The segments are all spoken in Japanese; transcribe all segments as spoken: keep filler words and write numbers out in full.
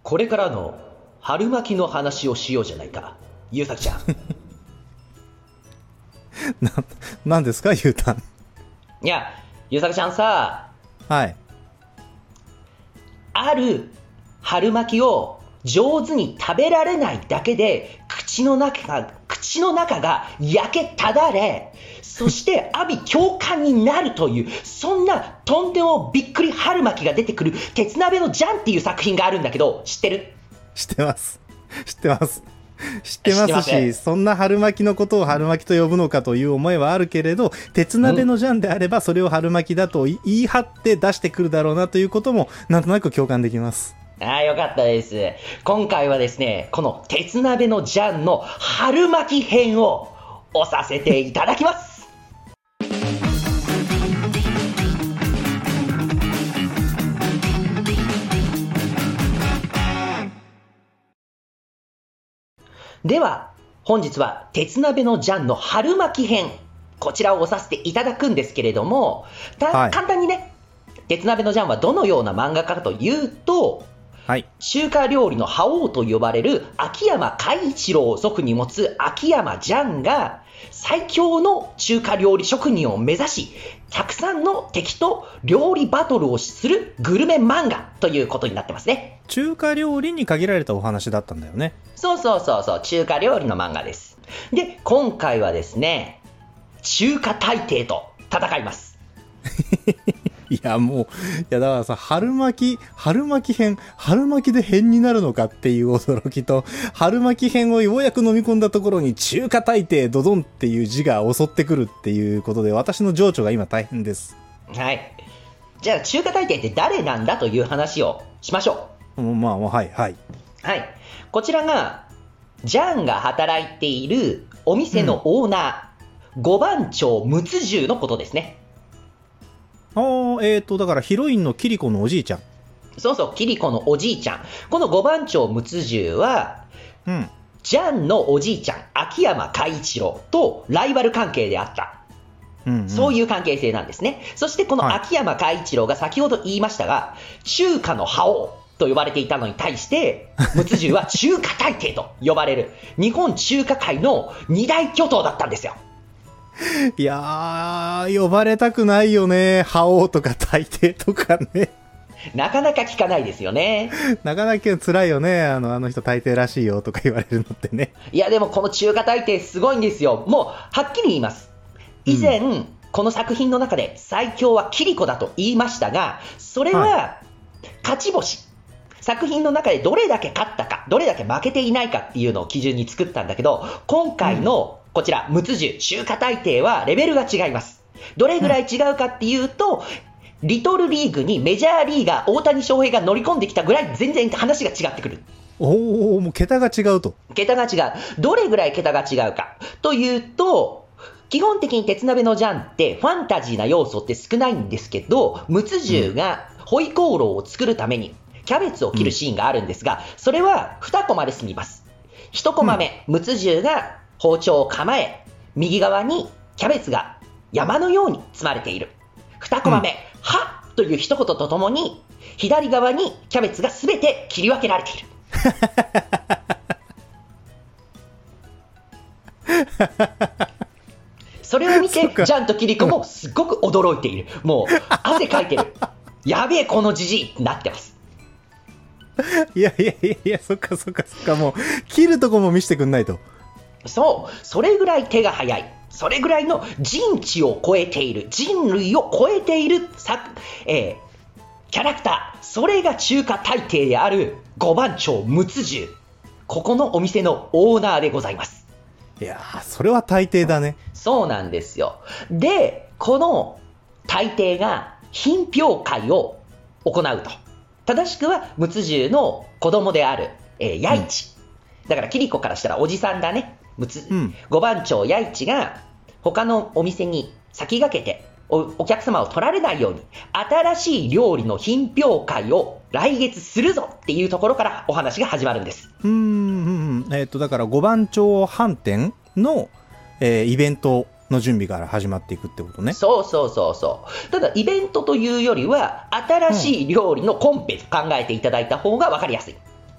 これからの春巻きの話をしようじゃないか、ゆうたくちゃん。 な、なんですか、ゆうたん。 いや、ゆうたくちゃんさ、 はい。 ある春巻きを上手に食べられないだけで口の中が口の中が焼けただれ、そして阿鼻叫喚になるという、そんなとんでもびっくり春巻きが出てくる鉄鍋のジャンっていう作品があるんだけど、知ってる？ 知ってます知ってます知ってますし、そんな春巻きのことを春巻きと呼ぶのかという思いはあるけれど、鉄鍋のジャンであればそれを春巻きだと言い張って出してくるだろうなということもなんとなく共感できます。 ああ、よかったです。今回はですね、この鉄鍋のジャンの春巻き編を押させていただきます。では本日は鉄鍋のジャンの春巻き編、こちらを押させていただくんですけれども、 はい、 簡単にね、鉄鍋のジャンはどのような漫画かというと、はい、中華料理の覇王と呼ばれる秋山海一郎を祖に持つ秋山ジャンが最強の中華料理職人を目指し、たくさんの敵と料理バトルをするグルメ漫画ということになってますね。 中華料理に限られたお話だったんだよね。 そうそうそうそう、中華料理の漫画です。で、今回はですね、中華大帝と戦います。 いやもう、いやだからさ、春巻き、春巻き編、春巻きで編になるのかっていう驚きと、春巻き編をようやく飲み込んだところに中華大帝ドドンっていう字が襲ってくるっていうことで、私の情緒が今大変です。 はい。じゃあ中華大帝って誰なんだという話をしましょう。 まあ、はいはい。 はい。こちらが、ジャンが働いているお店のオーナー、うん、五番町睦十のことですね。 あー、えーと、だからヒロインのキリコのおじいちゃん。 そうそう、キリコのおじいちゃん。この五番町睦十は、うん、ジャンのおじいちゃん、秋山海一郎とライバル関係であった。うんうん、そういう関係性なんですね。そしてこの秋山海一郎が先ほど言いましたが、はい、中華の覇王と呼ばれていたのに対して、睦十は中華大帝と呼ばれる日本中華界の二大巨頭だったんですよ。 いやー、呼ばれたくないよね。覇王とか大帝とかね。 なかなか聞かないですよね。 なかなか辛いよね。あの、あの人大帝らしいよとか言われるのってね。 いやでもこの中華大帝すごいんですよ。もうはっきり言います。以前、うん、この作品の中で最強はキリコだと言いましたが、それは勝ち星、はい、作品の中でどれだけ勝ったかどれだけ負けていないかっていうのを基準に作ったんだけど、今回の、うんこちら睦十中華大帝はレベルが違います。どれぐらい違うかっていうと、うん、リトルリーグにメジャーリーガー大谷翔平が乗り込んできたぐらい全然話が違ってくる。 おお、もう桁が違うと。 桁が違う。どれぐらい桁が違うかというと、基本的に鉄鍋のジャンってファンタジーな要素って少ないんですけど、睦十がホイコーローを作るためにキャベツを切るシーンがあるんですが、それはにコマで済みます。いちコマ目、睦十が包丁を構え、右側にキャベツが山のように積まれている。にコマ目、うん、はっという一言とともに左側にキャベツがすべて切り分けられている。それを見てジャンとキリコもすごく驚いている。もう汗かいてる。やべえこのジジイってなってます。 いやいやいやいや、そっかそっかそっか、もう切るとこも見せてくんないと。 そう、それぐらい手が早い、それぐらいの人知を超えている、人類を超えている作、えー、キャラクター、それが中華大帝である五番町睦十、ここのお店のオーナーでございます。 いやー、それは大帝だね。 そうなんですよ。で、この大帝が品評会を行うと。正しくは睦十の子供である、えー、弥一、うん、だからキリコからしたらおじさんだね。うん、五番町弥一が他のお店に先駆けて お, お客様を取られないように新しい料理の品評会を来月するぞっていうところからお話が始まるんです。 うーん、えー、とだから五番町飯店の、えー、イベントの準備から始まっていくってことね。 そうそうそうそう。ただイベントというよりは新しい料理のコンペと考えていただいた方が分かりやすい。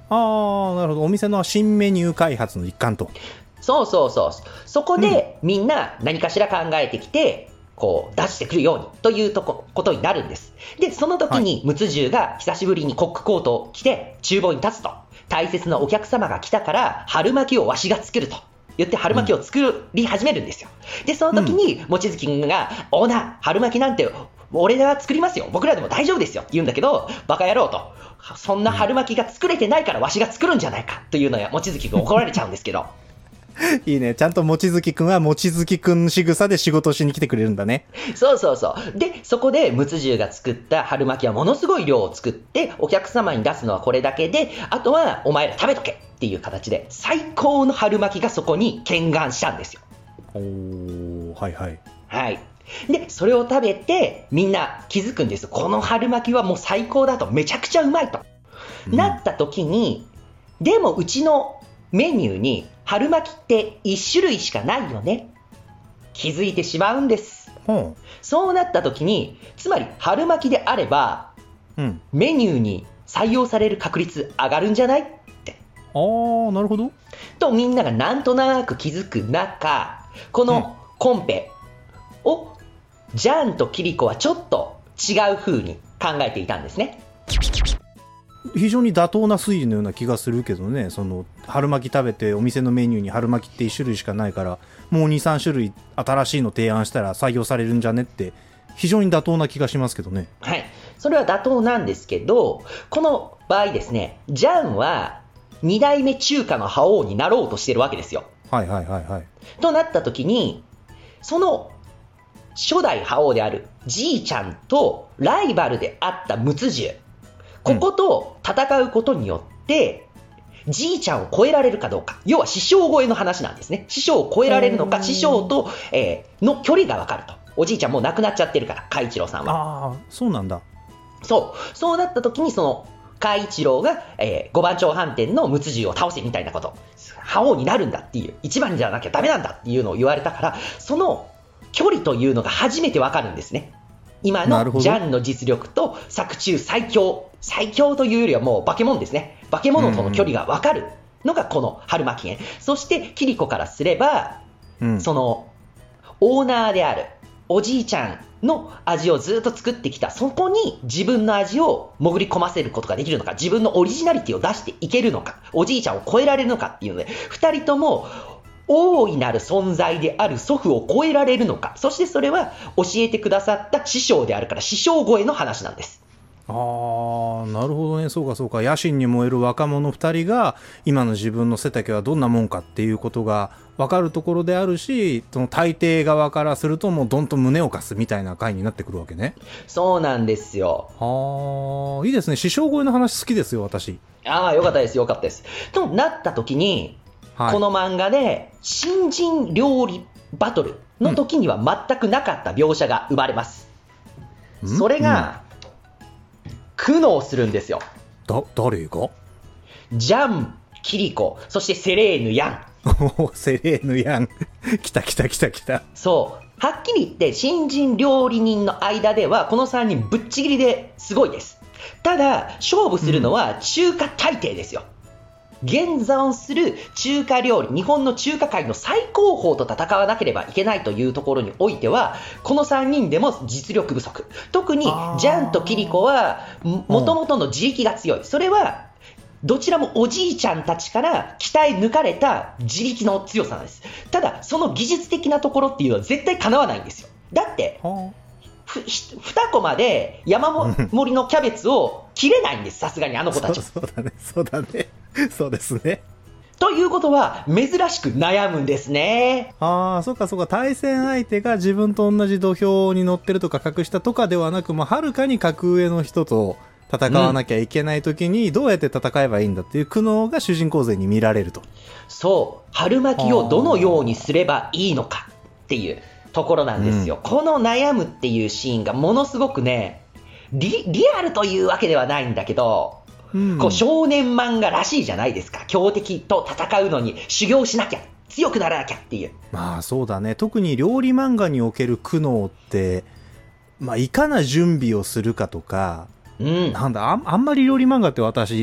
ああ、なるほど。お店の新メニュー開発の一環と。 そうそうそう。そこで、みんな何かしら考えてきて、こう出してくるようにというとこことになるんです。で、その時にムツジュウが久しぶりにコックコートを着て厨房に立つと、大切なお客様が来たから春巻きをわしが作ると言って春巻きを作り始めるんですよ。で、その時に望月君が、オーナー、春巻きなんて俺が作りますよ、僕らでも大丈夫ですよって言うんだけど、バカ野郎と、そんな春巻きが作れてないからわしが作るんじゃないかというのや望月君怒られちゃうんですけどいいね。ちゃんと望月くんは望月くん仕草で仕事をしに来てくれるんだね。 そうそうそう。で、そこでムツジュウが作った春巻きはものすごい量を作って、お客様に出すのはこれだけで、あとはお前ら食べとけっていう形で、最高の春巻きがそこに見願したんですよ。 おー、はいはい。 はい。で、それを食べて、みんな気づくんです。この春巻きはもう最高だと、めちゃくちゃうまいと、うん、なった時に、でもうちのメニューに春巻きっていち種類しかないよね、気づいてしまうんです、うん、そうなった時に、つまり春巻きであれば、うん、メニューに採用される確率上がるんじゃないって、 あー、なるほどとみんながなんとなく気づく中、このコンペを、うん、ジャンとキリコはちょっと違う風に考えていたんですね。 非常に妥当な推理のような気がするけどね。その春巻き食べてお店のメニューに春巻きっていち種類しかないから、もう にさん種類新しいの提案したら採用されるんじゃねって、非常に妥当な気がしますけどね。 はい、それは妥当なんですけど、この場合ですね、ジャンはに代目中華の覇王になろうとしてるわけですよ。 はいはいはいはい。 となった時に、その初代覇王であるじいちゃんとライバルであったムツジュウ、ここと戦うことによって、うん、じいちゃんを超えられるかどうか、要は師匠超えの話なんですね。師匠を超えられるのか、師匠と、えー、の距離が分かると。おじいちゃんもう亡くなっちゃってるから、海一郎さんは。 ああ、そうなんだ。 そう、そうなった時に、その海一郎が、えー、五番長飯店のムツジュウを倒せみたいなこと、覇王になるんだっていう、一番じゃなきゃダメなんだっていうのを言われたから、その距離というのが初めて分かるんですね。今のジャンの実力と作中最強、最強というよりはもう化け物ですね。化け物との距離が分かるのがこの春巻き園。そしてキリコからすれば、うん、そのオーナーであるおじいちゃんの味をずっと作ってきた、そこに自分の味を潜り込ませることができるのか、自分のオリジナリティを出していけるのか、おじいちゃんを超えられるのかっていうので、ふたりとも大いなる存在である祖父を超えられるのか、そしてそれは教えてくださった師匠であるから、師匠超えの話なんです。 あー、なるほどね。そうかそうか。野心に燃える若者ふたりが今の自分の背丈はどんなもんかっていうことが分かるところであるし、その大抵側からするともうどんと胸を貸すみたいな回になってくるわけね。 そうなんですよ。 あー、いいですね。師匠超えの話好きですよ、私。 あー、よかったですよかったです。となった時に、はい、この漫画で新人料理バトルの時には全くなかった描写が生まれます、うん、それが、うん、苦悩するんですよ。 だ、誰が？ ジャン、キリコ、そしてセレーヌ・ヤンセレーヌ・ヤン来た来た来た来た。 そう、はっきり言って新人料理人の間ではこのさんにんぶっちぎりですごいです。ただ勝負するのは中華大帝ですよ、うん、現存する中華料理、日本の中華界の最高峰と戦わなければいけないというところにおいては、このさんにんでも実力不足。特にジャンとキリコはもともとの自力が強い。それはどちらもおじいちゃんたちから鍛え抜かれた自力の強さなんです。ただその技術的なところっていうのは絶対かなわないんですよ。だってふにコマで山盛りのキャベツを切れないんです、さすがにあの子たち。 そうだね、そうだね、そうですね。 ということは珍しく悩むんですね。 ああ、そうかそうか。対戦相手が自分と同じ土俵に乗ってるとか格下とかではなく、まあ、はるかに格上の人と戦わなきゃいけないときにどうやって戦えばいいんだっていう苦悩が主人公勢に見られると。 そう、春巻きをどのようにすればいいのかっていうところなんですよ、うん、この悩むっていうシーンがものすごくね リ, リアルというわけではないんだけど、うん、こう少年漫画らしいじゃないですか。強敵と戦うのに修行しなきゃ、強くならなきゃっていう。 まあそうだね。特に料理漫画における苦悩って、まあ、いかな準備をするかとか、うん、なんだ あ, あんまり料理漫画って私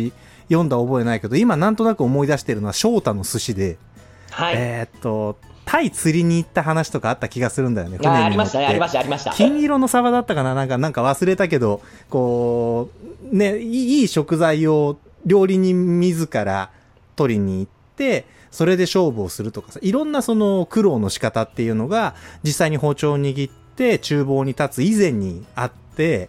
読んだ覚えないけど、今なんとなく思い出してるのは翔太の寿司で、 はい、 えー、っとタイ釣りに行った話とかあった気がするんだよね。船に乗って。 あ, ありましたね、ありましたありました。 金色のサバだったかな、なんかなんか忘れたけど、こうね、いい食材を料理人自ら取りに行って、それで勝負をするとかさ、いろんなその苦労の仕方っていうのが実際に包丁を握って厨房に立つ以前にあって、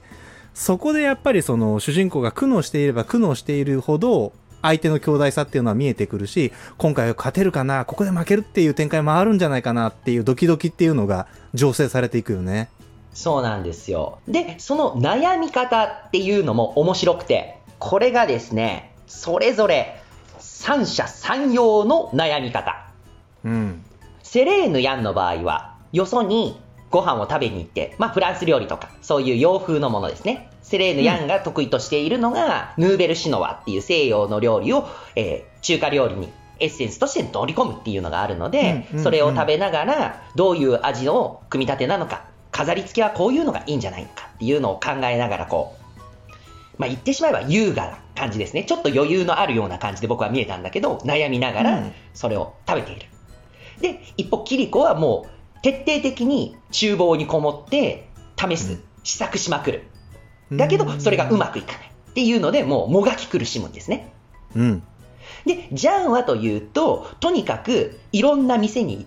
そこでやっぱりその主人公が苦悩していれば苦悩しているほど相手の強大さっていうのは見えてくるし、今回は勝てるかな、ここで負けるっていう展開もあるんじゃないかなっていうドキドキっていうのが醸成されていくよね。 そうなんですよ。で、その悩み方っていうのも面白くて、これがですね、それぞれ三者三様の悩み方。 うん。 セレーヌ・ヤンの場合は、よそにご飯を食べに行って、まあフランス料理とか、そういう洋風のものですね。セレーヌ・ヤンが得意としているのが、うん、ヌーベル・シノワっていう西洋の料理を、えー、中華料理にエッセンスとして取り込むっていうのがあるので、うんうんうん、それを食べながら、どういう味の組み立てなのか、飾り付けはこういうのがいいんじゃないのかっていうのを考えながら、こう、まあ言ってしまえば優雅な感じですね。ちょっと余裕のあるような感じで僕は見えたんだけど、悩みながらそれを食べている。うん、で、一方、キリコはもう徹底的に厨房にこもって試す、うん、試作しまくる。だけどそれがうまくいかないっていうので、もうもがき苦しむんですね。 うん。 で、ジャンはというと、とにかくいろんな店に行って、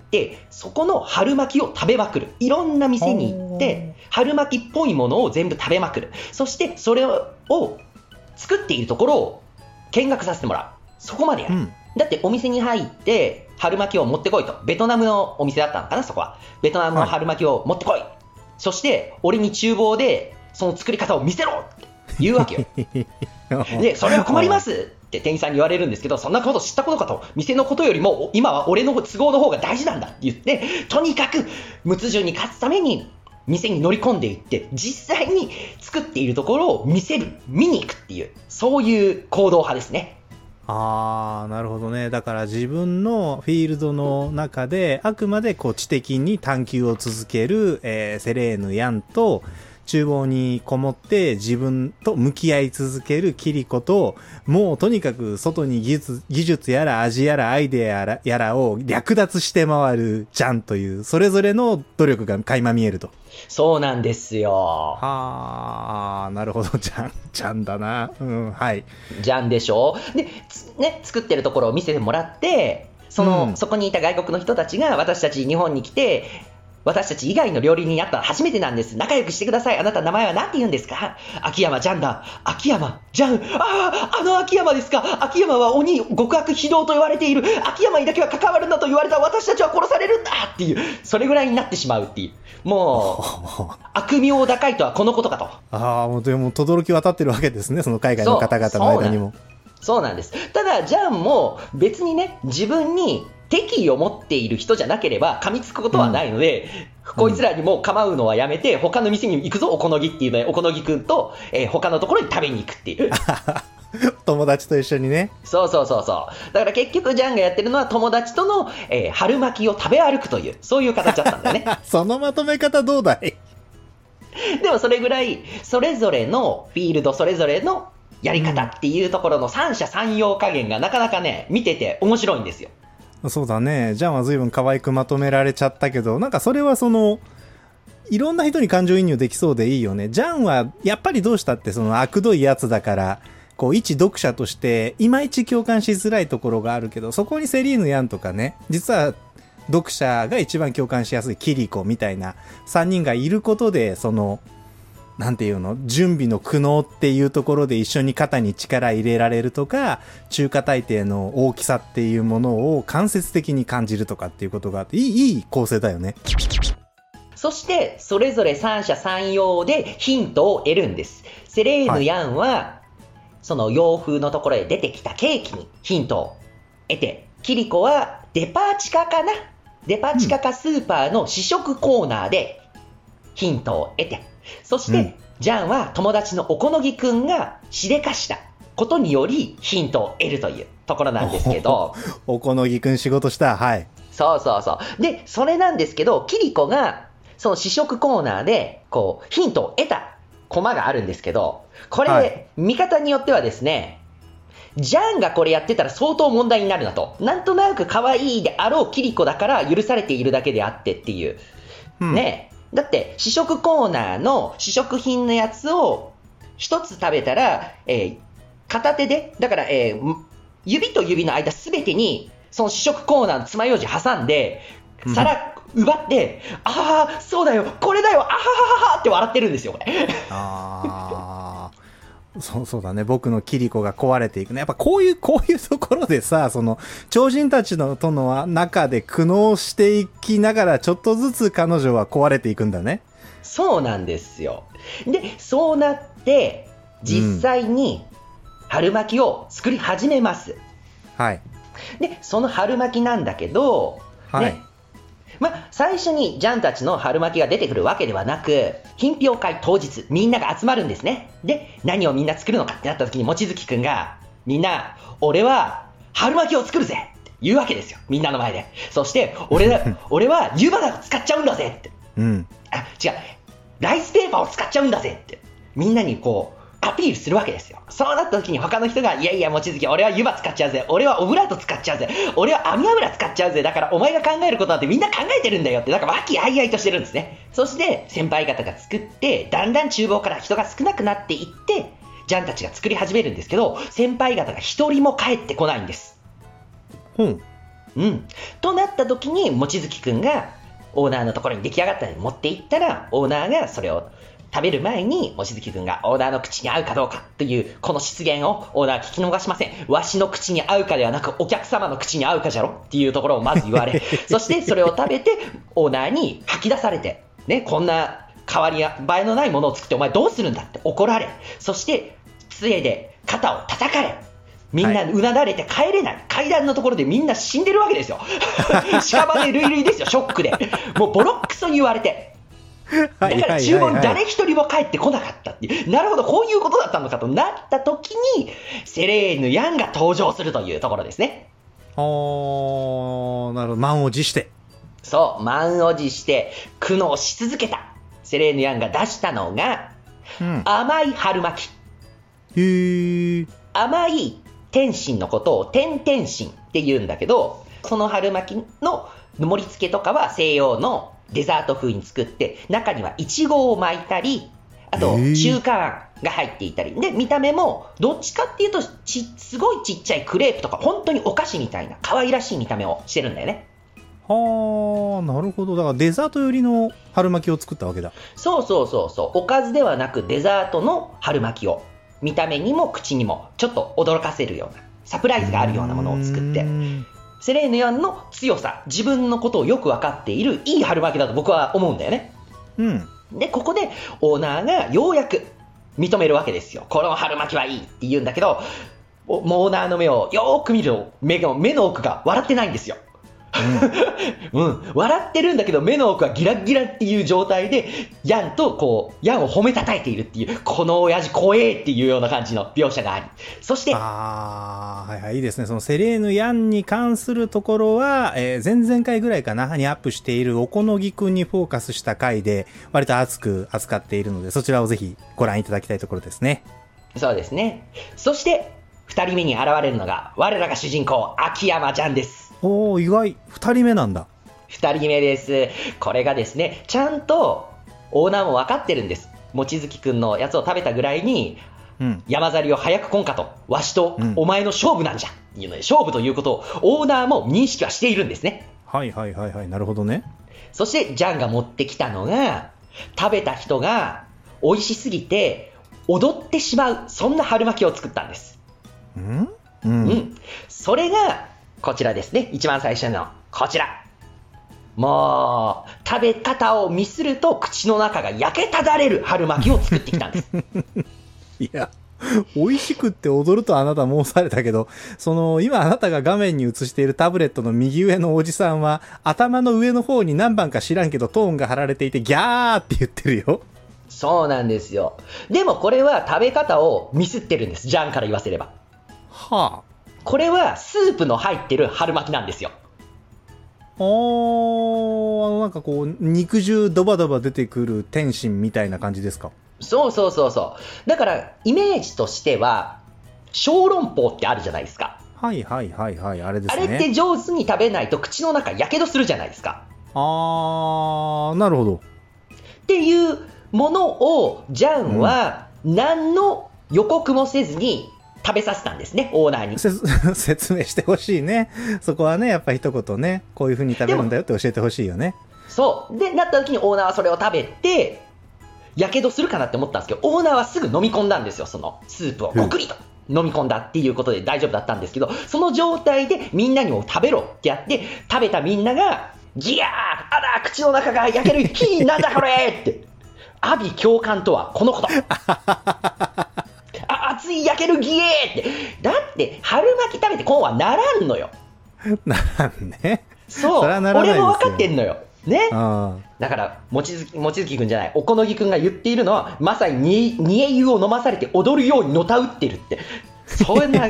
そこの春巻きを食べまくる。いろんな店に行って、春巻きっぽいものを全部食べまくる。そしてそれを作っているところを見学させてもらう。そこまでやる。うん、だってお店に入って春巻きを持ってこいと。ベトナムのお店だったのかな、そこは。ベトナムの春巻きを持ってこい。はい、そして俺に厨房でその作り方を見せろって言うわけよ。で、それは困りますって店員さんに言われるんですけど、そんなこと知ったことかと、店のことよりも今は俺の都合の方が大事なんだって言って、とにかく無痛に勝つために店に乗り込んでいって、実際に作っているところを見せる、見に行くっていう、そういう行動派ですね。 あー、なるほどね。だから自分のフィールドの中であくまでこう知的に探求を続ける、えー、セレーヌ・ヤンと、厨房にこもって自分と向き合い続けるキリコと、もうとにかく外に技術、技術やら味やらアイデアやら、やらを略奪して回るジャンという、それぞれの努力が垣間見えると。 そうなんですよ。 はあ、なるほど、ジャン、ジャンだな。うん、はい。 ジャンでしょ。で、ね、作ってるところを見せてもらって、その、うん、そこにいた外国の人たちが私たち日本に来て、私たち以外の料理人に会ったら初めてなんです。仲良くしてください。あなた名前は何て言うんですか？秋山ジャンだ。秋山ジャン。ああ、あの秋山ですか。秋山は鬼、極悪非道と言われている。秋山にだけは関わるなと言われた私たちは殺されるんだっていう、それぐらいになってしまうっていう。もう、悪名高いとはこのことかと。 ああ、もうでも、轟き渡ってるわけですね。その海外の方々の間にも。 そうなんです。ただ、ジャンも別にね、自分に敵意を持っている人じゃなければ噛みつくことはないので、うん、こいつらにもう構うのはやめて、他の店に行くぞ、おこのぎっていうので、おこのぎくんと、えー、他のところに食べに行くっていう。 友達と一緒にね。 そうそうそうそう。だから結局ジャンがやってるのは友達との、えー、春巻きを食べ歩くという、そういう形だったんだよね。 そのまとめ方どうだい？ でもそれぐらい、それぞれのフィールド、それぞれのやり方っていうところの三者三様加減がなかなかね、見てて面白いんですよ。 そうだね。ジャンは随分可愛くまとめられちゃったけど、なんかそれはそのいろんな人に感情移入できそうでいいよね。ジャンはやっぱりどうしたってその悪どいやつだから、こう一読者としていまいち共感しづらいところがあるけど、そこにセリーヌ・ヤンとかね、実は読者が一番共感しやすいキリコみたいなさんにんがいることで、そのなんていうの、準備の苦悩っていうところで一緒に肩に力入れられるとか、中華大帝の大きさっていうものを間接的に感じるとかっていうことがあって、いい、いい構成だよね。 そしてそれぞれ三者三様でヒントを得るんです。セレーヌ・ヤンは、はい、その洋風のところで出てきたケーキにヒントを得て、キリコはデパ地下かな、デパ地下かスーパーの試食コーナーでヒントを得て、そして、うん、ジャンは友達のおこのぎくんがしでかしたことによりヒントを得るというところなんですけど、 おこのぎくん仕事した。はい。 そうそうそう。で、それなんですけど、キリコがその試食コーナーでこうヒントを得たコマがあるんですけど、これ、はい、見方によってはですね、 ジャンがこれやってたら相当問題になるなと。なんとなく可愛いであろうキリコだから許されているだけであってっていう。うん、ねえ。だって試食コーナーの試食品のやつを一つ食べたら、えー、片手で、だから、えー、指と指の間すべてにその試食コーナーの爪楊枝挟んで、皿奪って、うん、ああ、そうだよ、これだよ、あははははって笑ってるんですよ、これ。 ああ。そうそうだね。僕のキリコが壊れていくね。やっぱこういう、こういうところでさ、その、超人たちのとの中で苦悩していきながら、ちょっとずつ彼女は壊れていくんだね。 そうなんですよ。で、そうなって、実際に、春巻きを作り始めます。 うん、はい。 で、その春巻きなんだけど、 はい。 ね、まあ、最初にジャンたちの春巻きが出てくるわけではなく、品評会当日、みんなが集まるんですね。で、何をみんな作るのかってなった時に、望月くんが、みんな、俺は春巻きを作るぜって言うわけですよ。みんなの前で。そして、俺だ俺は湯葉を使っちゃうんだぜって。 うん。 あ、違う。ライスペーパーを使っちゃうんだぜって。みんなにこう、アピールするわけですよ。そうなった時に他の人が、いやいや、望月、俺は湯葉使っちゃうぜ。俺はオブラート使っちゃうぜ。俺は網油使っちゃうぜ。だからお前が考えることなんてみんな考えてるんだよって、なんか和気あいあいとしてるんですね。そして先輩方が作って、だんだん厨房から人が少なくなっていって、ジャンたちが作り始めるんですけど、先輩方が一人も帰ってこないんです。 うん。 うん。となった時に、望月くんがオーナーのところに出来上がったのに持っていったら、オーナーがそれを食べる前に、望月くんがオーナーの口に合うかどうかというこの失言をオーナーは聞き逃しません。わしの口に合うかではなく、お客様の口に合うかじゃろっていうところをまず言われ、そしてそれを食べてオーナーに吐き出されて、ね、こんな変わり映えのないものを作ってお前どうするんだって怒られ、そして杖で肩を叩かれ、みんなうなだれて帰れない、はい、階段のところでみんな死んでるわけですよ。屍類類ですよ、ショックで。もうボロックソに言われて、だから厨房に誰一人も帰ってこなかったっていう、なるほど、こういうことだったのかとなった時に、セレーヌ・ヤンが登場するというところですね。 おー、なるほど。満を持して。 そう、満を持して苦悩し続けたセレーヌ・ヤンが出したのが、うん、甘い春巻き。 へー。 甘い天津のことを天天津って言うんだけど、その春巻きの盛り付けとかは西洋のデザート風に作って、中にはイチゴを巻いたり、あと中華あんが入っていたりで、見た目もどっちかっていうとちすごいちっちゃいクレープとか本当にお菓子みたいな可愛らしい見た目をしてるんだよね。 はあ、なるほど。だからデザート寄りの春巻きを作ったわけだ。 そうそうそうそう、おかずではなくデザートの春巻きを見た目にも口にもちょっと驚かせるようなサプライズがあるようなものを作って、セレーヌ・ヤンの強さ、自分のことをよく分かっているいい春巻きだと僕は思うんだよね。 うん。 で、ここでオーナーがようやく認めるわけですよ。この春巻きはいいって言うんだけど、もうオーナーの目をよーく見ると 目が、目の奥が笑ってないんですよ。うんうん、笑ってるんだけど目の奥はギラギラっていう状態でヤンとこうヤンを褒めたたえているっていう、この親父怖えっていうような感じの描写があり、そしてあー、はいはい、いいですね。そのセレーヌ・ヤンに関するところは、えー、前々回ぐらいかなにアップしているおこのぎくんにフォーカスした回で割と熱く扱っているので、そちらをぜひご覧いただきたいところですね。 そうですね。そしてふたりめに現れるのが我らが主人公秋山ちゃんです。 おー、意外。二人目なんだ。 二人目です。これがですね、ちゃんとオーナーも分かってるんです。望月くんのやつを食べたぐらいに、うん、山ざりを早くこんかと、わしとお前の勝負なんじゃ、うん、いうので勝負ということをオーナーも認識はしているんですね。 はいはいはいはい、なるほどね。 そしてジャンが持ってきたのが、食べた人が美味しすぎて踊ってしまう、そんな春巻きを作ったんです。 うん、 うん、うん、それがこちらですね。一番最初のこちら。もう食べ方をミスると口の中が焼けただれる春巻きを作ってきたんです。 いや、美味しくって踊るとあなた申されたけど、その今あなたが画面に映しているタブレットの右上のおじさんは頭の上の方に何番か知らんけどトーンが貼られていてギャーって言ってるよ。 そうなんですよ。でもこれは食べ方をミスってるんです。ジャンから言わせれば。 はあ。 これはスープの入ってる春巻きなんですよ。 おー、あのなんかこう肉汁ドバドバ出てくる天津みたいな感じですか。 そうそうそうそう。だからイメージとしては小籠包ってあるじゃないですか。 はいはいはいはい、あれですね。 あれって上手に食べないと口の中やけどするじゃないですか。 あー、なるほど。 っていうものをジャンは何の予告もせずに食べさせたんですね、オーナーに。 説明してほしいね。そこはね、やっぱ一言ね、こういう風に食べるんだよって教えてほしいよね。 そうでなった時にオーナーはそれを食べてやけどするかなって思ったんですけど、オーナーはすぐ飲み込んだんですよ。そのスープをごくりと飲み込んだっていうことで大丈夫だったんですけど、その状態でみんなにも食べろってやって、食べたみんながギヤー、あら口の中が焼ける、ひーなんだこれって阿鼻共感とはこのことあ、熱い焼けるギエーって。だって春巻き食べてこうはならんのよ。 ならんね。 そう、 それはならないですよ。 俺も分かってんのよね。 あだから望月望月くんじゃない、おこのぎくんが言っているのはまさに煮え湯を飲まされて踊るようにのたうってるって、そんな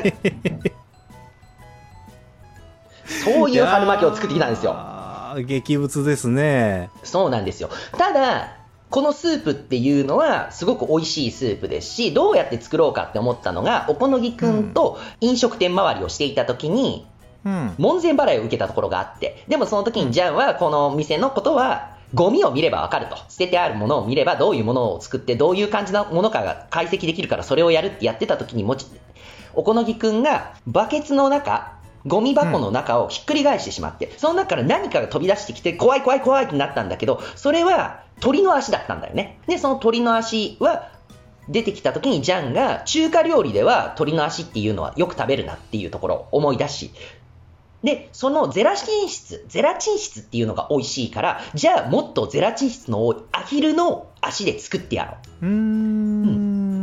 そういう春巻きを作ってきたんですよ。 激物ですね。 そうなんですよ。ただこのスープっていうのはすごく美味しいスープですし、どうやって作ろうかって思ったのが、おこのぎくんと飲食店回りをしていた時に、うん、門前払いを受けたところがあって、でもその時にジャンはこの店のことはゴミを見ればわかると、捨ててあるものを見ればどういうものを作ってどういう感じのものかが解析できるから、それをやるってやってた時にもちおこのぎくんがバケツの中、ゴミ箱の中をひっくり返してしまって、うん、その中から何かが飛び出してきて怖い怖い怖いってなったんだけど、それは鳥の足だったんだよね。でその鳥の足は出てきた時にジャンが中華料理では鳥の足っていうのはよく食べるなっていうところを思い出し、でそのゼラチン質ゼラチン質っていうのが美味しいから、じゃあもっとゼラチン質の多いアヒルの足で作ってやろう。うーん、うん、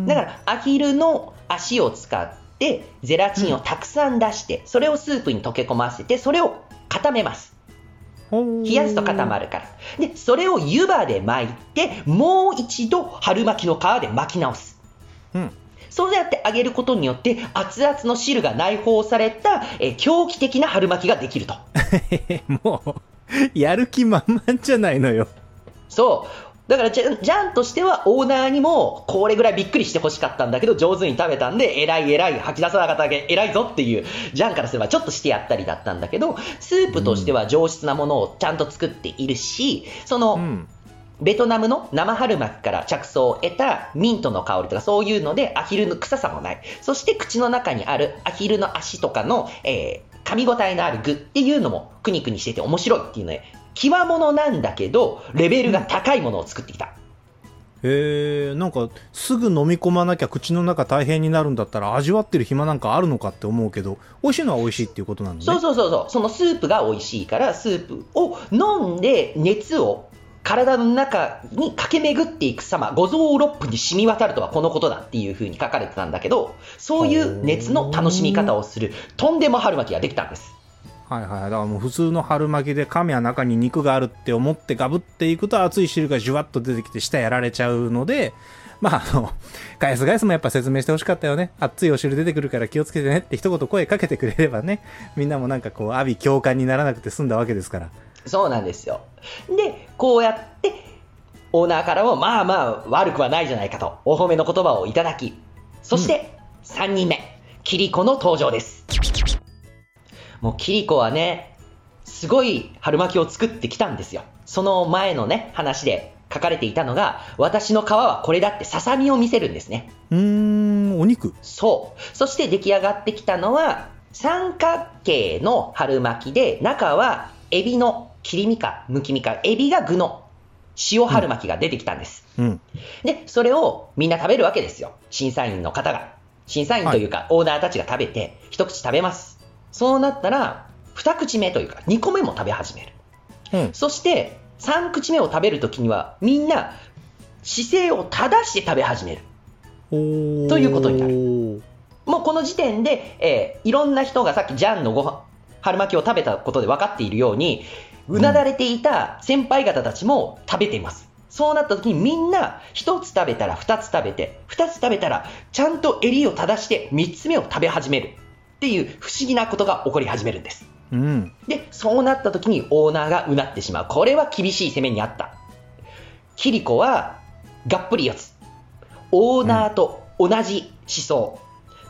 だからアヒルの足を使ってゼラチンをたくさん出して、うん、それをスープに溶け込ませてそれを固めます。冷やすと固まるから。でそれを湯葉で巻いてもう一度春巻きの皮で巻き直す、うん、そうやってあげることによって熱々の汁が内包された、えー、狂気的な春巻きができるともうやる気満々じゃないのよ。 そうだからジャ, ジャンとしてはオーナーにもこれぐらいびっくりしてほしかったんだけど、上手に食べたんで偉い偉い吐き出さなかっただけ偉いぞっていう、ジャンからすればちょっとしてやったりだったんだけど、スープとしては上質なものをちゃんと作っているし、その、うん、ベトナムの生春巻きから着想を得たミントの香りとかそういうのでアヒルの臭さもない、そして口の中にあるアヒルの足とかの、えー、噛み応えのある具っていうのもクニクニしてて面白いっていうので、極物なんだけどレベルが高いものを作ってきた。 へえ、なんかすぐ飲み込まなきゃ口の中大変になるんだったら味わってる暇なんかあるのかって思うけど、美味しいのは美味しいっていうことなんだね。 そうそうそうそう、そのスープが美味しいからスープを飲んで熱を体の中に駆け巡っていく様、五臓六腑に染み渡るとはこのことだっていう風に書かれてたんだけど、そういう熱の楽しみ方をするとんでも春巻きができたんです。 はいはい、だからもう普通の春巻きで噛みは中に肉があるって思ってガブっていくと熱い汁がじゅわっと出てきて舌やられちゃうので、まああの返す返すもやっぱ説明してほしかったよね。熱いお汁出てくるから気をつけてねって一言声かけてくれればね、みんなもなんかこう阿鼻共感にならなくて済んだわけですから。 そうなんですよ。でこうやってオーナーからもまあまあ悪くはないじゃないかとお褒めの言葉をいただき、そしてさんにんめ、キリコの登場です。もうキリコはねすごい春巻きを作ってきたんですよ。その前のね話で書かれていたのが、私の皮はこれだってささみを見せるんですね。 うーん、お肉。 そう。そして出来上がってきたのは三角形の春巻きで、中はエビの切り身かむき身か、エビが具の塩春巻きが出てきたんです、うん、でそれをみんな食べるわけですよ。審査員の方が、審査員というか、はい、オーナーたちが食べて一口食べます。そうなったら二口目というかにこめも食べ始める、うん、そしてさん口目を食べるときにはみんな姿勢を正して食べ始めるということになる。もうこの時点で、えー、いろんな人がさっきジャンのご飯春巻きを食べたことで分かっているように、うなだれていた先輩方たちも食べています、うん、そうなった時にみんなひとつ食べたらふたつ食べて、ふたつ食べたらちゃんと襟を正してみっつめを食べ始めるっていう不思議なことが起こり始めるんです、うん、でそうなった時にオーナーがうなってしまう。これは厳しい攻めにあった。キリコはがっぷり四つ、オーナーと同じ思想、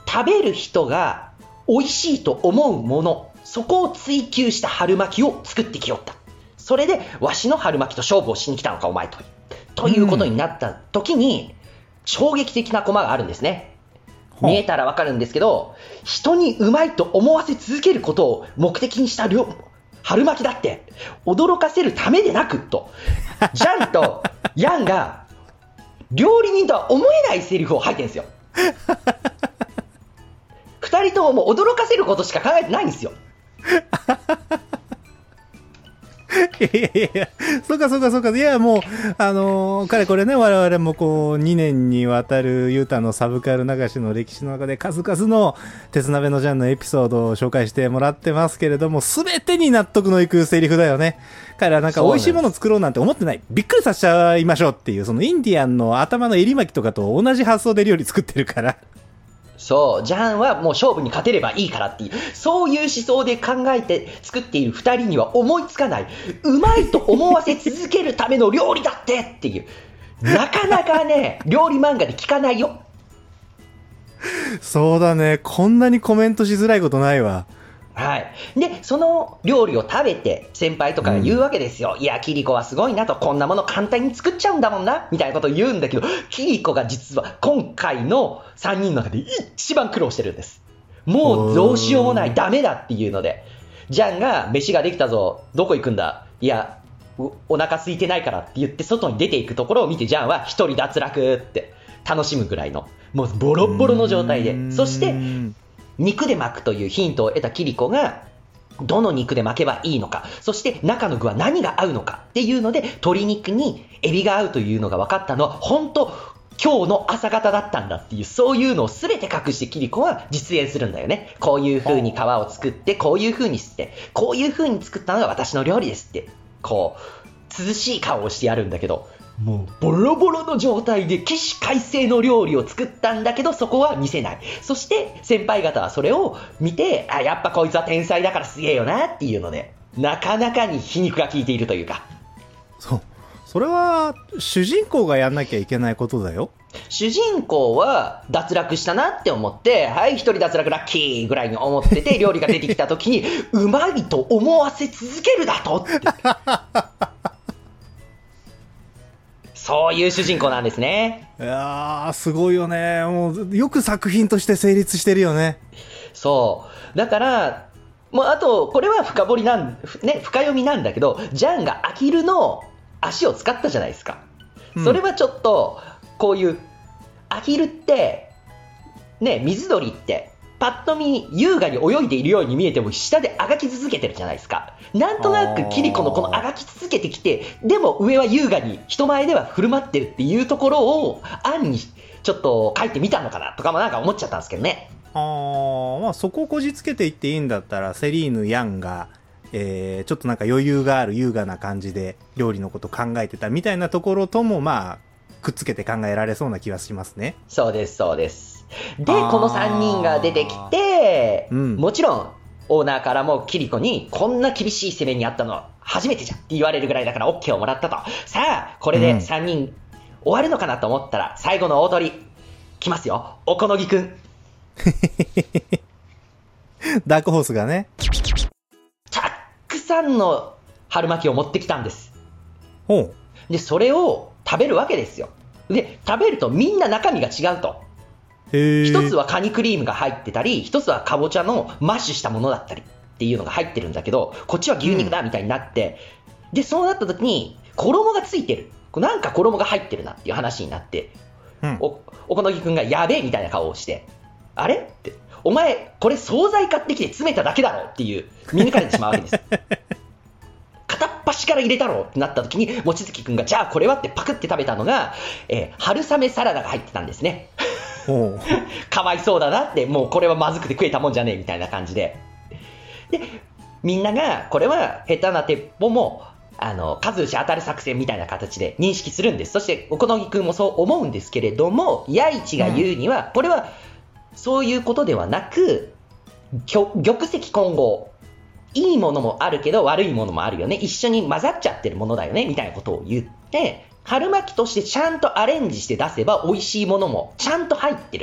食べる人が美味しいと思うもの、そこを追求した春巻きを作ってきよった。それでわしの春巻きと勝負をしに来たのかお前とということになった時に、衝撃的なコマがあるんですね。見えたらわかるんですけど、人にうまいと思わせ続けることを目的にした料春巻きだって驚かせるためでなくと、ジャンとヤンが料理人とは思えないセリフを吐いてるんですよ。二人とももう驚かせることしか考えてないんですよ。 いやいやいや、そうかそうかそうか。いやもう、あのー、かれこれね、我々もこう、にねんにわたるユータのサブカル流しの歴史の中で数々の鉄鍋のジャンのエピソードを紹介してもらってますけれども、すべてに納得のいくセリフだよね。彼はなんか美味しいものを作ろうなんて思ってない。びっくりさせちゃいましょうっていう、そのインディアンの頭の襟巻きとかと同じ発想で料理作ってるから。 そう、ジャンはもう勝負に勝てればいいからっていう、そういう思想で考えて作っているふたりには思いつかない、うまいと思わせ続けるための料理だってっていう、なかなかね、料理漫画で聞かないよ。 そうだね、こんなにコメントしづらいことないわ。 はい、でその料理を食べて先輩とかが言うわけですよ、うん、いやキリコはすごいなと、こんなもの簡単に作っちゃうんだもんなみたいなことを言うんだけど、キリコが実は今回のさんにんの中で一番苦労してるんです。もうどうしようもない、ダメだっていうので、ジャンが飯ができたぞ、どこ行くんだ、いや お, お腹空いてないからって言って外に出ていくところを見て、ジャンは一人脱落って楽しむぐらいのもうボロボロの状態で、そして肉で巻くというヒントを得たキリコがどの肉で巻けばいいのか、そして中の具は何が合うのかっていうので、鶏肉にエビが合うというのが分かったのは本当今日の朝方だったんだっていう、そういうのを全て隠してキリコは実演するんだよね。こういう風に皮を作って、こういう風にしてこういう風に作ったのが私の料理ですって、こう涼しい顔をしてやるんだけど、もうボロボロの状態で起死回生の料理を作ったんだけど、そこは見せない。そして先輩方はそれを見て、あ、やっぱこいつは天才だからすげえよなっていうので、なかなかに皮肉が効いているというか。 そう、それは主人公がやんなきゃいけないことだよ。 主人公は脱落したなって思って、はい一人脱落ラッキーぐらいに思ってて、料理が出てきた時にうまいと思わせ続けるだとってそういう主人公なんですね。 いやーすごいよね。もうよく作品として成立してるよね。 そうだからもうあとこれは深掘りなん、ね、深読みなんだけど、ジャンがアヒルの足を使ったじゃないですか、うん、それはちょっとこういうアヒルってね、水鳥ってパッと見優雅に泳いでいるように見えても下であがき続けてるじゃないですか。なんとなくキリコのこのあがき続けてきて、でも上は優雅に人前では振る舞ってるっていうところを案にちょっと書いてみたのかなとかもなんか思っちゃったんですけどね。 あー、まあ、そこをこじつけていっていいんだったら、セリーヌ・ヤンが、えー、ちょっとなんか余裕がある優雅な感じで料理のこと考えてたみたいなところともまあくっつけて考えられそうな気はしますね。 そうですそうです。でこのさんにんが出てきて、うん、もちろんオーナーからもキリコにこんな厳しい攻めにあったのは初めてじゃんって言われるぐらいだから OK をもらったと。さあこれでさんにん終わるのかなと思ったら、最後の大取り来ますよ、おこのぎくんダークホースがねたくさんの春巻きを持ってきたんです。 ほうでそれを食べるわけですよ。で食べるとみんな中身が違うと。一つはカニクリームが入ってたり、一つはかぼちゃのマッシュしたものだったりっていうのが入ってるんだけど、こっちは牛肉だみたいになって、うん、でそうなった時に衣がついてる、なんか衣が入ってるなっていう話になって、うん、お, おこのぎくんがやべえみたいな顔をして、あれってお前これ惣菜買ってきて詰めただけだろっていう見抜かれてしまうわけです片っ端から入れたろってなった時に、望月くんがじゃあこれはってパクって食べたのが、えー、春雨サラダが入ってたんですねかわいそうだなって、もうこれはまずくて食えたもんじゃねえみたいな感じで、でみんながこれは下手な鉄砲もあの数打ち当たる作戦みたいな形で認識するんです。そしておこのぎくんもそう思うんですけれども、弥一が言うには、うん、これはそういうことではなく、玉石混合、いいものもあるけど悪いものもあるよね、一緒に混ざっちゃってるものだよねみたいなことを言って、春巻きとしてちゃんとアレンジして出せば美味しいものもちゃんと入ってる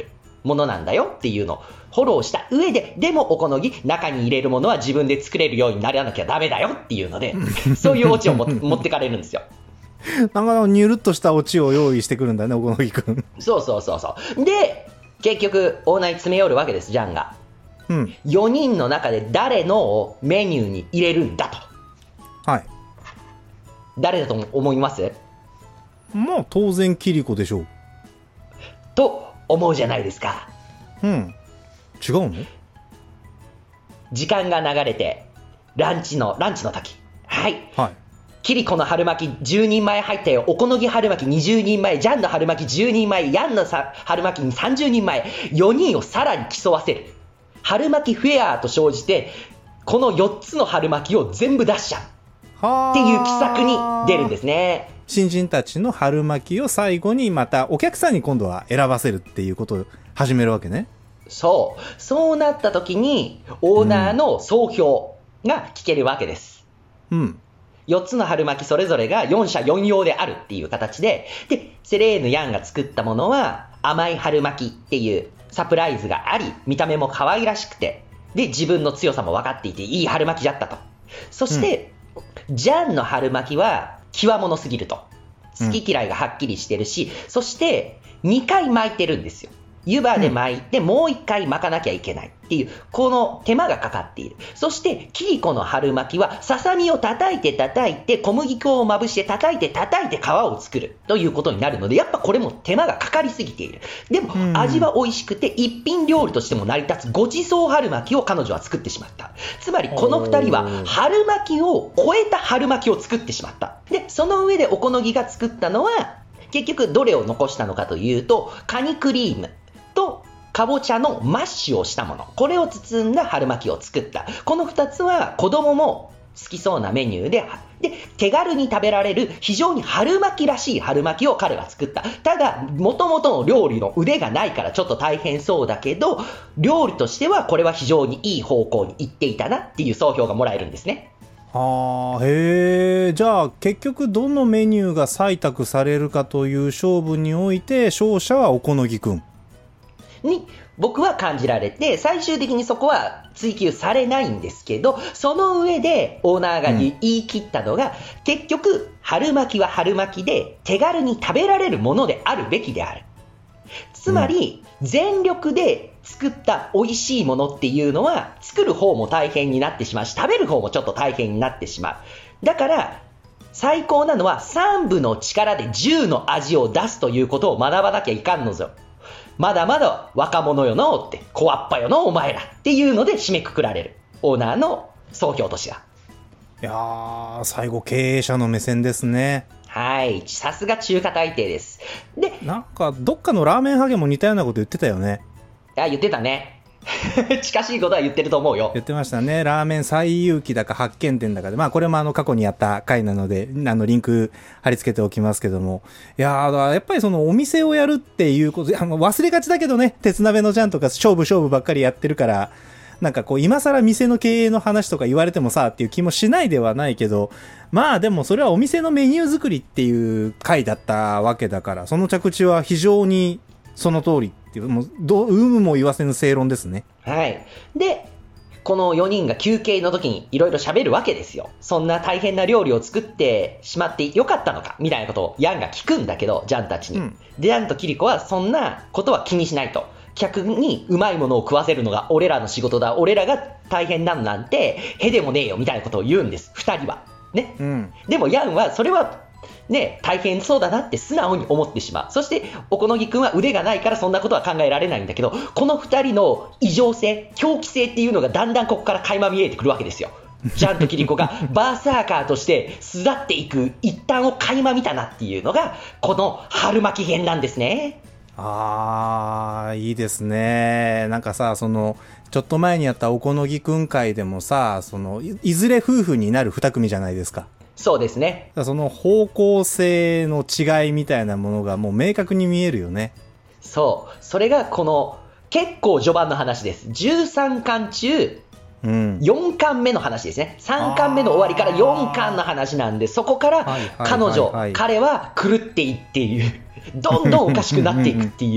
ものなんだよっていうのをフォローした上で、でもおこのぎ中に入れるものは自分で作れるようにならなきゃダメだよっていうのでそういうオチをも持ってかれるんですよ。 なかなかニュルっとしたオチを用意してくるんだね、おこのぎくん。 そうそうそうそう。で結局オーナーに詰め寄るわけです、ジャンが。うん、よにんの中で誰のをメニューに入れるんだと。はい。誰だと思います？ まあ当然キリコでしょうと思うじゃないですか。 うん。違うの？ 時間が流れてランチのランチの時、はい、はい、キリコの春巻きじゅうにんまえ入ったよ、おこのぎ春巻きにじゅうにんまえ、ジャンの春巻きじゅうにんまえ、ヤンのさ春巻きにさんじゅうにんまえ、よにんをさらに競わせる春巻きフェアと称じて、このよっつの春巻きを全部出しちゃうっていう奇策に出るんですね。 新人たちの春巻きを最後にまたお客さんに今度は選ばせるっていうことを始めるわけね。 そうそうなった時にオーナーの総評が聞けるわけです。うん、よっつの春巻きそれぞれがよんしゃよんようであるっていう形で、でセレーヌ・ヤンが作ったものは甘い春巻きっていうサプライズがあり、見た目も可愛らしくて、で自分の強さも分かっていていい春巻きだったと。そして、うん、ジャンの春巻きは極物すぎると。好き嫌いがはっきりしてるし、うん、そしてにかい巻いてるんですよ。湯葉で巻いてもういっかい巻かなきゃいけないっていうこの手間がかかっている。そしてキリコの春巻きはささみを叩いて叩いて小麦粉をまぶして叩いて叩いて皮を作るということになるので、やっぱこれも手間がかかりすぎている。でも味は美味しくて一品料理としても成り立つごちそう春巻きを彼女は作ってしまった。つまりこのふたりは春巻きを超えた春巻きを作ってしまった。でその上でおこのぎが作ったのは結局どれを残したのかというと、カニクリームとかぼちゃのマッシュをしたもの、これを包んだ春巻きを作った。このふたつは子供も好きそうなメニューで、で手軽に食べられる非常に春巻きらしい春巻きを彼が作った。ただ元々の料理の腕がないからちょっと大変そうだけど、料理としてはこれは非常にいい方向に行っていたなっていう総評がもらえるんですね。 はあ、へえ。じゃあ結局どのメニューが採択されるかという勝負において勝者はおこのぎくんに僕は感じられて、最終的にそこは追求されないんですけど、その上でオーナーが言い切ったのが、うん、結局春巻きは春巻きで手軽に食べられるものであるべきである。つまり、うん、全力で作った美味しいものっていうのは作る方も大変になってしまうし、食べる方もちょっと大変になってしまう。だから最高なのはさんぶの力でじゅうの味を出すということを学ばなきゃいかんのぞ。まだまだ若者よのって、小わっぱよのお前らっていうので締めくくられるオーナーの総評としては。 いやー、最後経営者の目線ですね。 はい、さすが中華大帝です。でなんかどっかのラーメンハゲも似たようなこと言ってたよね。 あ、言ってたね。近しいことは言ってると思うよ。 言ってましたね。ラーメン最有機だか発見店だかで、まあこれもあの過去にやった回なので、あのリンク貼り付けておきますけども、いやー、やっぱりそのお店をやるっていうこと、あの忘れがちだけどね、鉄鍋のジャンとか勝負勝負ばっかりやってるから、なんかこう今更店の経営の話とか言われてもさっていう気もしないではないけど、まあでもそれはお店のメニュー作りっていう回だったわけだから、その着地は非常にその通りっていう、もうどう有無も言わせぬ正論ですね。 はい。でこのよにんが休憩の時にいろいろ喋るわけですよ。そんな大変な料理を作ってしまってよかったのかみたいなことをヤンが聞くんだけど、ジャンたちに、うん、でヤンとキリコはそんなことは気にしないと。客にうまいものを食わせるのが俺らの仕事だ、俺らが大変なのなんてへでもねえよみたいなことを言うんです、ふたりはね、うん、でもヤンはそれはね、大変そうだなって素直に思ってしまう。そしておこのぎくんは腕がないからそんなことは考えられないんだけど、このふたりの異常性、狂気性っていうのがだんだんここから垣間見えてくるわけですよ。ジャンとキリコがバーサーカーとして巣立っていく一端を垣間見たなっていうのがこの春巻き編なんですね。 あー、いいですね。なんかさ、そのちょっと前にやったおこのぎくん会でもさ、その い, いずれ夫婦になる二組じゃないですか。 そうですね。 その方向性の違いみたいなものがもう明確に見えるよね。 そう、それがこの結構序盤の話です。じゅうさんかん中、うん、よんかんめの話ですね。さんかんめの終わりからよんかんの話なんで、そこから彼女、彼は狂っていっていうどんどんおかしくなっていくっていう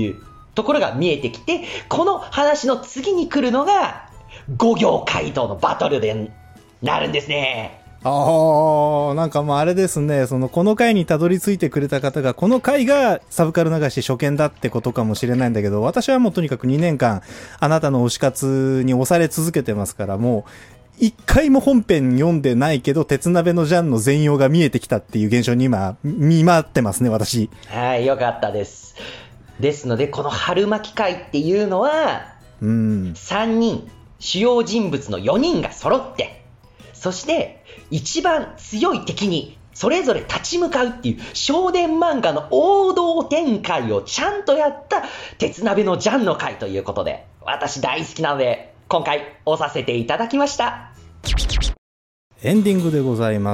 ところが見えてきて、この話の次に来るのが五行街道のバトルでなるんですね。 ああ、なんかまああれですね、そのこの回にたどり着いてくれた方がこの回がサブカル流し初見だってことかもしれないんだけど、私はもうとにかくにねんかんあなたの推し活に押され続けてますから、もう一回も本編読んでないけど鉄鍋のジャンの全容が見えてきたっていう現象に今見舞ってますね、私。 はい、よかったです。ですのでこの春巻き会っていうのは、うん、さんにん主要人物のよにんが揃って、そして一番強い敵にそれぞれ立ち向かうっていう少年漫画の王道展開をちゃんとやった鉄鍋のジャンの回ということで、私大好きなので今回押させていただきました。 エンディングでございます。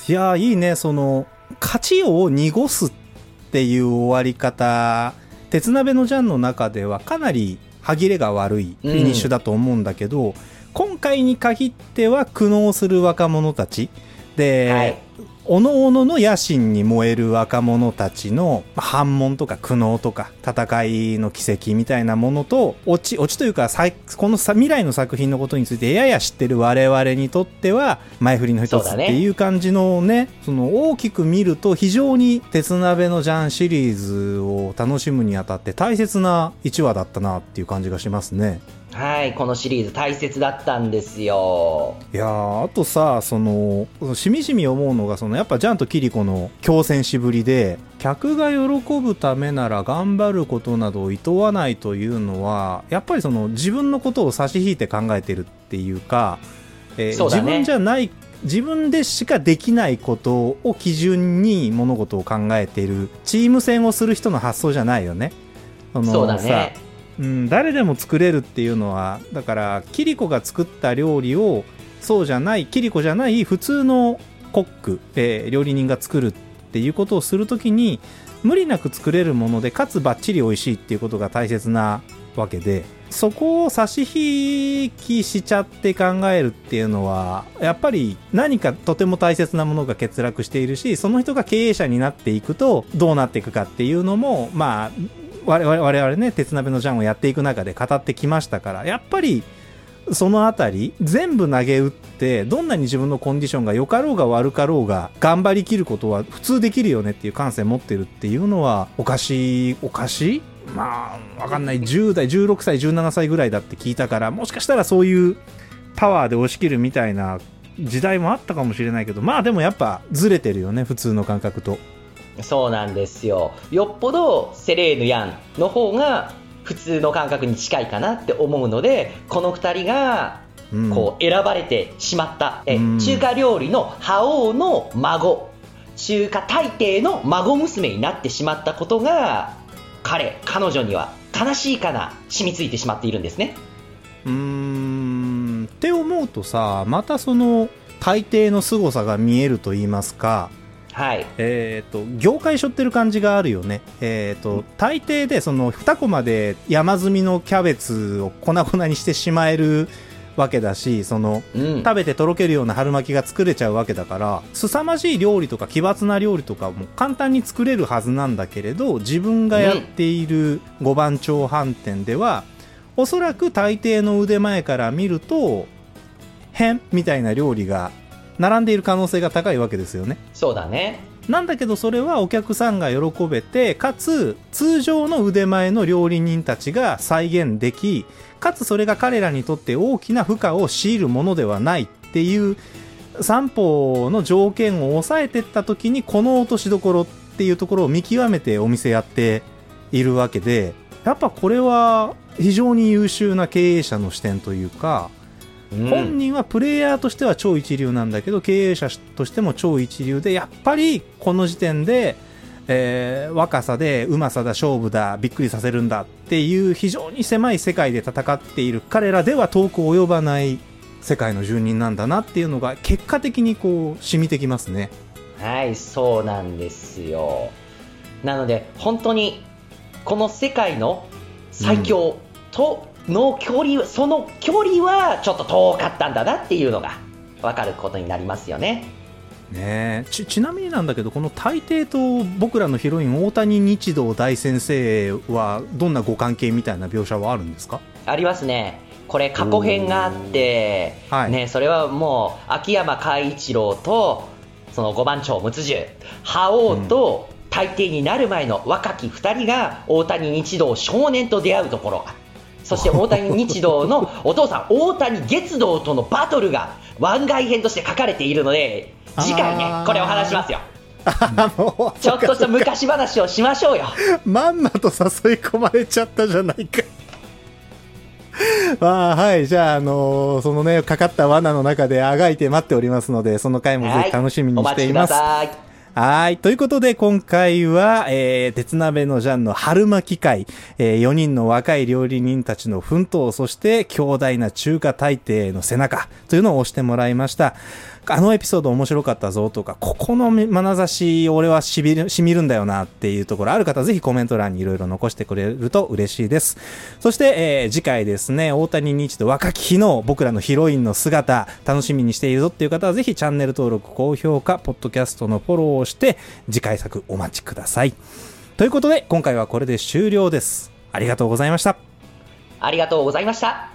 いやーいいね、その勝ちを濁すっていう終わり方、鉄鍋のジャンの中ではかなり歯切れが悪いフィニッシュだと思うんだけど、うん、今回に限っては苦悩する若者たちで、はい、おのおのの野心に燃える若者たちの反問とか苦悩とか戦いの奇跡みたいなものと、オチ、オチというかこの未来の作品のことについてやや知ってる我々にとっては前振りの一つっていう感じのね、その大きく見ると非常に鉄鍋のジャンシリーズを楽しむにあたって大切ないちわだったなっていう感じがしますね。 はい、このシリーズ大切だったんですよ。 いやー、あとさ、そのしみじみ思うのが、そのやっぱジャンとキリコの強戦しぶりで、客が喜ぶためなら頑張ることなどを厭わないというのは、やっぱりその自分のことを差し引いて考えてるっていうか、えー、そうだね、自分じゃない、自分でしかできないことを基準に物事を考えているチーム戦をする人の発想じゃないよね。そのそうだね、 うん、誰でも作れるっていうのは、だからキリコが作った料理をそうじゃない、キリコじゃない普通のコック、えー、料理人が作るっていうことをするときに無理なく作れるもので、かつバッチリ美味しいっていうことが大切なわけで、そこを差し引きしちゃって考えるっていうのはやっぱり何かとても大切なものが欠落しているし、その人が経営者になっていくとどうなっていくかっていうのも、まあ我々、我々ね、鉄鍋のジャンをやっていく中で語ってきましたから、やっぱりそのあたり全部投げ打って、どんなに自分のコンディションが良かろうが悪かろうが頑張りきることは普通できるよねっていう感性持ってるっていうのはおかしいおかしいまあわかんない、じゅう代じゅうろくさいじゅうななさいぐらいだって聞いたから、もしかしたらそういうパワーで押し切るみたいな時代もあったかもしれないけど、まあでもやっぱずれてるよね、普通の感覚と。 そうなんですよ。よっぽどセレーヌ・ヤンの方が普通の感覚に近いかなって思うので、このふたりがこう選ばれてしまった、うん、え中華料理の覇王の孫、中華大帝の孫娘になってしまったことが、彼彼女には悲しいかな染みついてしまっているんですね。 うーんって思うとさ、またその大帝の凄さが見えると言いますか、はい、えー、と業界背負ってる感じがあるよね。えー、と大抵でそのにコマで山積みのキャベツを粉々にしてしまえるわけだし、その、うん、食べてとろけるような春巻きが作れちゃうわけだから、凄まじい料理とか奇抜な料理とかも簡単に作れるはずなんだけれど、自分がやっている五番町飯店では、うん、おそらく大抵の腕前から見ると変みたいな料理が並んでいる可能性が高いわけですよね。 そうだね。 なんだけどそれはお客さんが喜べて、かつ通常の腕前の料理人たちが再現でき、かつそれが彼らにとって大きな負荷を強いるものではないっていう三方の条件を抑えていった時に、この落としどころっていうところを見極めてお店やっているわけで、やっぱこれは非常に優秀な経営者の視点というか、うん、本人はプレイヤーとしては超一流なんだけど、経営者としても超一流で、やっぱりこの時点で、えー、若さでうまさだ勝負だびっくりさせるんだっていう非常に狭い世界で戦っている彼らでは遠く及ばない世界の住人なんだなっていうのが結果的にこう染みてきますね。 はい、そうなんですよ。なので本当にこの世界の最強と、うんの距離、その距離はちょっと遠かったんだなっていうのが分かることになりますよね。 ね、ち, ちなみになんだけど、この大抵と僕らのヒロイン大谷日堂大先生はどんなご関係みたいな描写はあるんですか？ ありますね。これ過去編があって、はいね、それはもう秋山海一郎とそのご番長陸十、覇王と大帝になる前の若きふたりが大谷日堂少年と出会うところ、そして大谷日堂のお父さん大谷月堂とのバトルが番外編として書かれているので、次回ねこれを話しますよ。もうちょっとした昔話をしましょうよ。 まんまと誘い込まれちゃったじゃないか。まあ、はい、じゃあ、あのー、そのねかかった罠の中であがいて待っておりますので、その回もぜひ楽しみにしています。はい、お待ちください。はい。ということで、今回は、えー、鉄鍋のジャンの春巻き会、えー、よにんの若い料理人たちの奮闘、そして強大な中華大帝の背中というのを押してもらいました。あのエピソード面白かったぞとか、ここの眼差し俺はしびる、しみるんだよなっていうところある方、ぜひコメント欄にいろいろ残してくれると嬉しいです。そして、えー、次回ですね、大谷日と若き日の僕らのヒロインの姿楽しみにしているぞっていう方は、ぜひチャンネル登録、高評価、ポッドキャストのフォローをして次回作お待ちください。ということで今回はこれで終了です。ありがとうございました。 ありがとうございました。